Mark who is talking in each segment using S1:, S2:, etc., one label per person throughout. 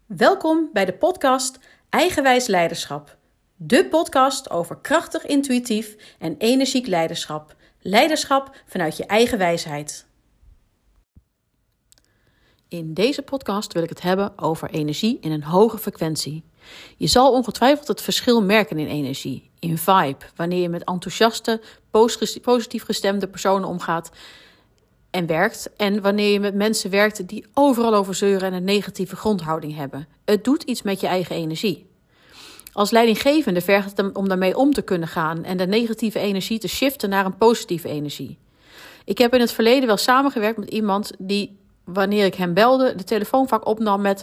S1: Welkom bij de podcast Eigenwijs Leiderschap. De podcast over krachtig, intuïtief en energiek leiderschap. Leiderschap vanuit je eigen wijsheid. In deze podcast wil ik het hebben over energie in een hoge frequentie. Je zal ongetwijfeld het verschil merken in energie, in vibe, wanneer je met enthousiaste, positief gestemde personen omgaat en werkt. En wanneer je met mensen werkt die overal over zeuren en een negatieve grondhouding hebben. Het doet iets met je eigen energie. Als leidinggevende vergt het om daarmee om te kunnen gaan en de negatieve energie te shiften naar een positieve energie. Ik heb in het verleden wel samengewerkt met iemand die, wanneer ik hem belde, de telefoon vaak opnam met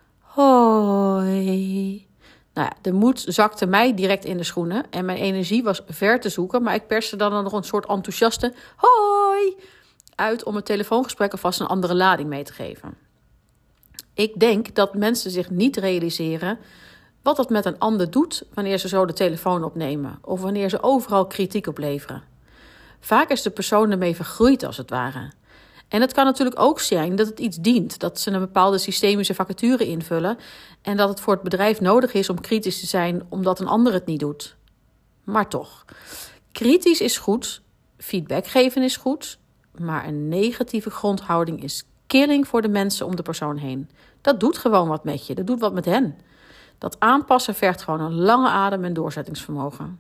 S1: hoi. Nou ja, de moed zakte mij direct in de schoenen en mijn energie was ver te zoeken, maar ik perste dan nog een soort enthousiaste hoi uit om het telefoongesprek alvast een andere lading mee te geven. Ik denk dat mensen zich niet realiseren wat dat met een ander doet wanneer ze zo de telefoon opnemen of wanneer ze overal kritiek opleveren. Vaak is de persoon ermee vergroeid als het ware. En het kan natuurlijk ook zijn dat het iets dient, dat ze een bepaalde systemische vacature invullen en dat het voor het bedrijf nodig is om kritisch te zijn omdat een ander het niet doet. Maar toch, kritisch is goed, feedback geven is goed, maar een negatieve grondhouding is killing voor de mensen om de persoon heen. Dat doet gewoon wat met je, dat doet wat met hen. Dat aanpassen vergt gewoon een lange adem en doorzettingsvermogen.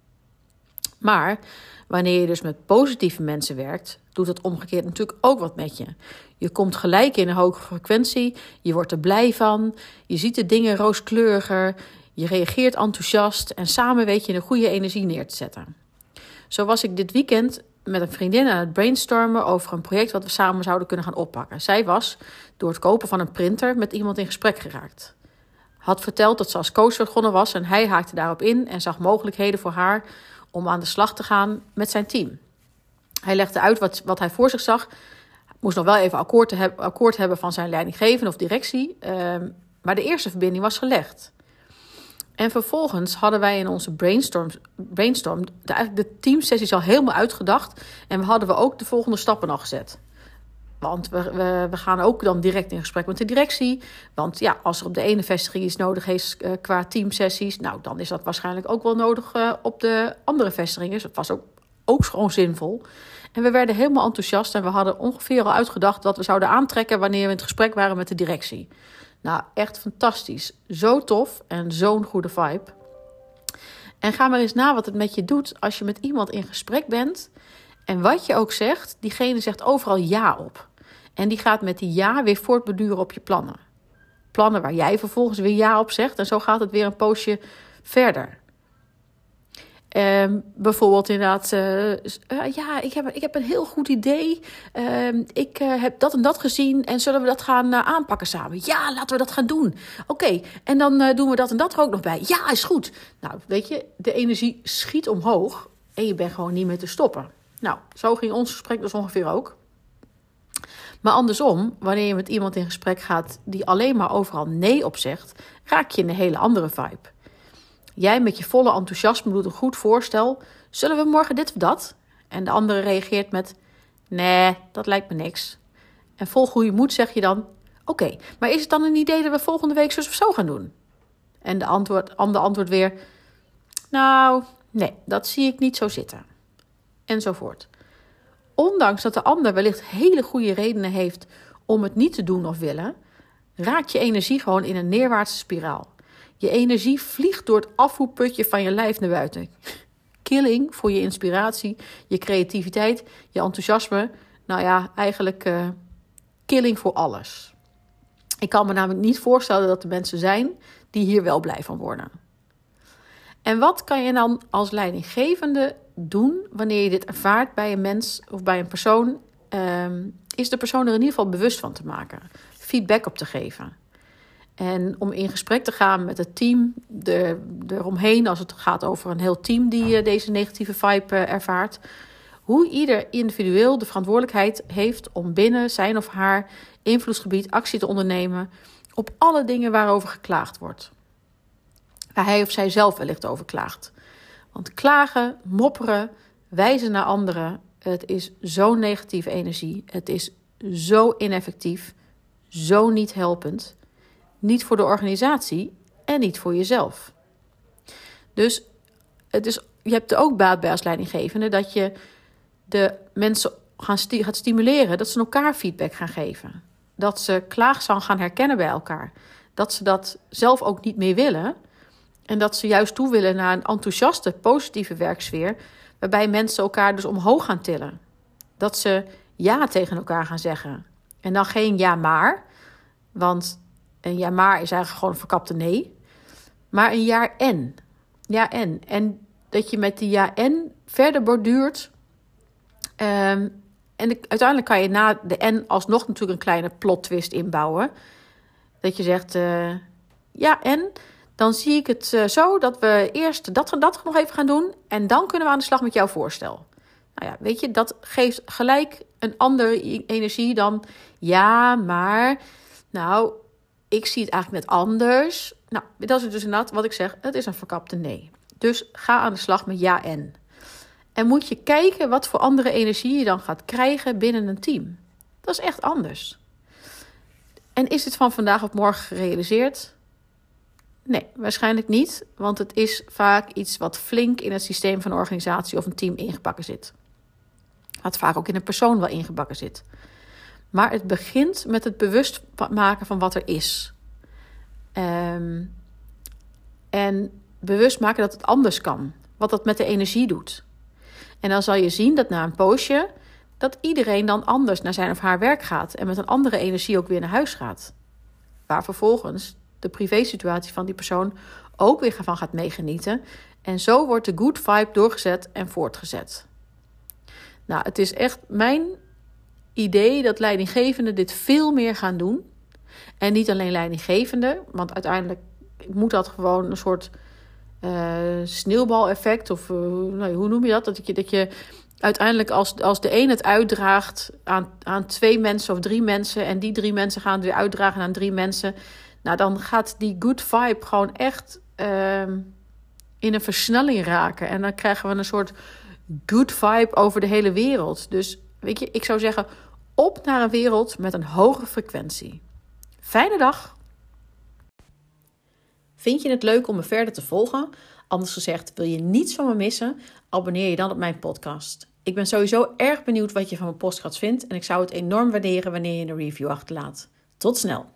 S1: Maar wanneer je dus met positieve mensen werkt, doet het omgekeerd natuurlijk ook wat met je. Je komt gelijk in een hoge frequentie, je wordt er blij van, je ziet de dingen rooskleuriger, je reageert enthousiast en samen weet je een goede energie neer te zetten. Zo was ik dit weekend met een vriendin aan het brainstormen over een project wat we samen zouden kunnen gaan oppakken. Zij was door het kopen van een printer met iemand in gesprek geraakt. Had verteld dat ze als coach begonnen was en hij haakte daarop in en zag mogelijkheden voor haar om aan de slag te gaan met zijn team. Hij legde uit wat hij voor zich zag. Moest nog wel even akkoord hebben van zijn leidinggevende of directie, maar de eerste verbinding was gelegd. En vervolgens hadden wij in onze brainstorm eigenlijk de teamsessies al helemaal uitgedacht. En hadden we ook de volgende stappen al gezet. Want we gaan ook dan direct in gesprek met de directie. Want ja, als er op de ene vestiging iets nodig is qua teamsessies, nou, dan is dat waarschijnlijk ook wel nodig op de andere vestigingen. Dus dat was ook gewoon zinvol. En we werden helemaal enthousiast en we hadden ongeveer al uitgedacht wat we zouden aantrekken wanneer we in het gesprek waren met de directie. Nou, echt fantastisch. Zo tof en zo'n goede vibe. En ga maar eens na wat het met je doet als je met iemand in gesprek bent. En wat je ook zegt, diegene zegt overal ja op. En die gaat met die ja weer voortborduren op je plannen. Plannen waar jij vervolgens weer ja op zegt. En zo gaat het weer een poosje verder. Bijvoorbeeld inderdaad, ik heb een heel goed idee. Ik heb dat en dat gezien en zullen we dat gaan aanpakken samen? Ja, laten we dat gaan doen. Oké, en dan doen we dat en dat er ook nog bij. Ja, is goed. Nou, weet je, de energie schiet omhoog en je bent gewoon niet meer te stoppen. Nou, zo ging ons gesprek dus ongeveer ook. Maar andersom, wanneer je met iemand in gesprek gaat die alleen maar overal nee op zegt, raak je in een hele andere vibe. Jij met je volle enthousiasme doet een goed voorstel. Zullen we morgen dit of dat? En de andere reageert met, nee, dat lijkt me niks. En vol goede moed zeg je dan, oké, maar is het dan een idee dat we volgende week zus of zo gaan doen? En de ander antwoordt weer, nou, nee, dat zie ik niet zo zitten. Enzovoort. Ondanks dat de ander wellicht hele goede redenen heeft om het niet te doen of willen, raakt je energie gewoon in een neerwaartse spiraal. Je energie vliegt door het afvoerputje van je lijf naar buiten. Killing voor je inspiratie, je creativiteit, je enthousiasme. Nou ja, eigenlijk killing voor alles. Ik kan me namelijk niet voorstellen dat er mensen zijn die hier wel blij van worden. En wat kan je dan als leidinggevende doen wanneer je dit ervaart bij een mens of bij een persoon? Is de persoon er in ieder geval bewust van te maken. Feedback op te geven. En om in gesprek te gaan met het team eromheen, als het gaat over een heel team die deze negatieve vibe ervaart. Hoe ieder individueel de verantwoordelijkheid heeft om binnen zijn of haar invloedsgebied actie te ondernemen op alle dingen waarover geklaagd wordt. Waar hij of zij zelf wellicht over klaagt. Want klagen, mopperen, wijzen naar anderen, het is zo'n negatieve energie. Het is zo ineffectief, zo niet helpend. niet voor de organisatie en niet voor jezelf. Dus je hebt er ook baat bij als leidinggevende dat je de mensen gaat stimuleren, dat ze elkaar feedback gaan geven. Dat ze klaagzang gaan herkennen bij elkaar. Dat ze dat zelf ook niet meer willen. En dat ze juist toe willen naar een enthousiaste, positieve werksfeer, waarbij mensen elkaar dus omhoog gaan tillen. Dat ze ja tegen elkaar gaan zeggen. En dan geen ja maar, want een ja maar is eigenlijk gewoon een verkapte nee. Maar een ja en. Ja en. En dat je met die ja en verder borduurt. Uiteindelijk kan je na de en alsnog natuurlijk een kleine plot twist inbouwen. Dat je zegt, ja en, dan zie ik het zo dat we eerst dat nog even gaan doen. En dan kunnen we aan de slag met jouw voorstel. Nou ja, weet je, dat geeft gelijk een andere energie dan, ja, maar, nou, ik zie het eigenlijk net anders. Nou, dat is dus inderdaad wat ik zeg, het is een verkapte nee. Dus ga aan de slag met ja en. En moet je kijken wat voor andere energie je dan gaat krijgen binnen een team. Dat is echt anders. En is het van vandaag op morgen gerealiseerd? Nee, waarschijnlijk niet. Want het is vaak iets wat flink in het systeem van een organisatie of een team ingebakken zit. Wat vaak ook in een persoon wel ingebakken zit. Maar het begint met het bewust maken van wat er is. En bewust maken dat het anders kan. Wat dat met de energie doet. En dan zal je zien dat na een poosje dat iedereen dan anders naar zijn of haar werk gaat. En met een andere energie ook weer naar huis gaat. Waar vervolgens de privésituatie van die persoon ook weer van gaat meegenieten. En zo wordt de good vibe doorgezet en voortgezet. Nou, het is echt mijn idee dat leidinggevenden dit veel meer gaan doen. En niet alleen leidinggevenden, want uiteindelijk moet dat gewoon een soort sneeuwbaleffect, of hoe noem je dat? Dat je uiteindelijk als de een het uitdraagt aan 2 mensen of 3 mensen, en die 3 mensen gaan het weer uitdragen aan 3 mensen, nou dan gaat die good vibe gewoon echt in een versnelling raken. En dan krijgen we een soort good vibe over de hele wereld. Dus weet je, ik zou zeggen, op naar een wereld met een hogere frequentie. Fijne dag! Vind je het leuk om me verder te volgen? Anders gezegd, wil je niets van me missen? Abonneer je dan op mijn podcast. Ik ben sowieso erg benieuwd wat je van mijn podcast vindt. En ik zou het enorm waarderen wanneer je een review achterlaat. Tot snel!